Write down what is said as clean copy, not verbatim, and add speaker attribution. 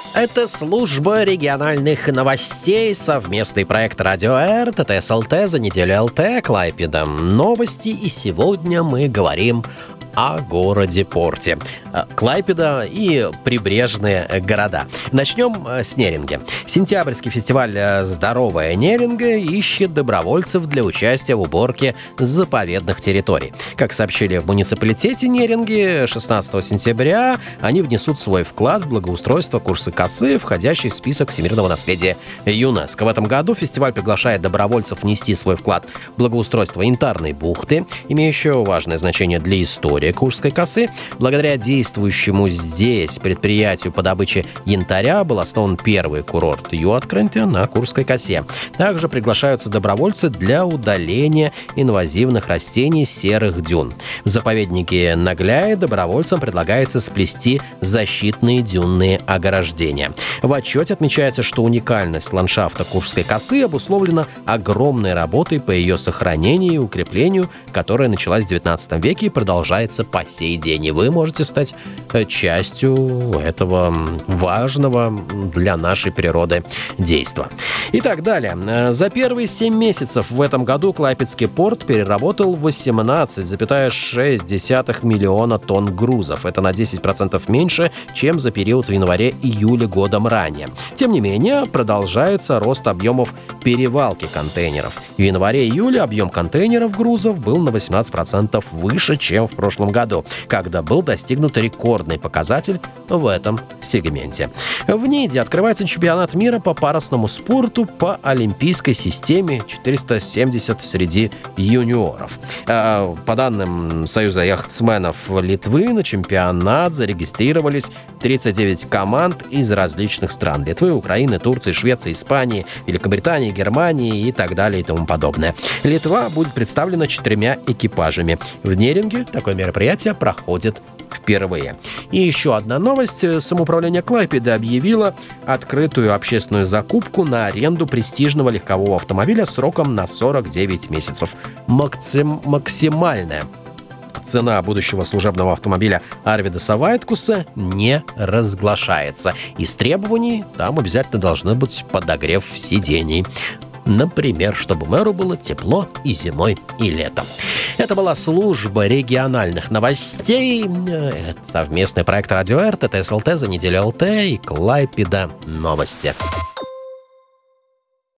Speaker 1: Это служба региональных новостей, совместный проект Радио Р, ТТС ЛТ, за неделю ЛТ, Клайпеда. Новости, и сегодня мы говорим о городе-порте. Клайпеда и прибрежные города. Начнем с Неринги. Сентябрьский фестиваль «Здоровая Неринга» ищет добровольцев для участия в уборке заповедных территорий. Как сообщили в муниципалитете Неринги, 16 сентября они внесут свой вклад в благоустройство Курсы-Косы, входящий в список всемирного наследия ЮНЕСКО. В этом году фестиваль приглашает добровольцев внести свой вклад в благоустройство Янтарной бухты, имеющего важное значение для истории Курской косы. Благодаря действующему здесь предприятию по добыче янтаря был основан первый курорт Юаткрэнтя на Курской косе. Также приглашаются добровольцы для удаления инвазивных растений серых дюн. В заповеднике Нагляе добровольцам предлагается сплести защитные дюнные ограждения. В отчете отмечается, что уникальность ландшафта Курской косы обусловлена огромной работой по ее сохранению и укреплению, которая началась в XIX веке и продолжается по сей день. И вы можете стать частью этого важного для нашей природы действа. Итак, далее. За первые 7 месяцев в этом году Клайпедский порт переработал 18,6 миллиона тонн грузов. Это на 10% меньше, чем за период в январе-июле годом ранее. Тем не менее, продолжается рост объемов перевалки контейнеров. В январе-июле объем контейнеров грузов был на 18% выше, чем в прошлом году, когда был достигнут рекордный показатель в этом сегменте. В Ниде открывается чемпионат мира по парусному спорту по олимпийской системе 470 среди юниоров. По данным Союза яхтсменов Литвы, на чемпионат зарегистрировались 39 команд из различных стран: Литвы, Украины, Турции, Швеции, Испании, Великобритании, Германии и так далее и тому подобное. Литва будет представлена 4 экипажами. В Неринге такое мероприятие проходит впервые. И еще одна новость. Самоуправление Клайпеды объявило открытую общественную закупку на аренду престижного легкового автомобиля сроком на 49 месяцев. Максимальная цена будущего служебного автомобиля Арвидаса Вайткуса не разглашается. Из требований там обязательно должны быть подогрев сидений. Например, чтобы мэру было тепло и зимой, и летом. Это была служба региональных новостей. Это совместный проект Радио Р, ТТС ЛТ, за неделю ЛТ и Клайпеда новости.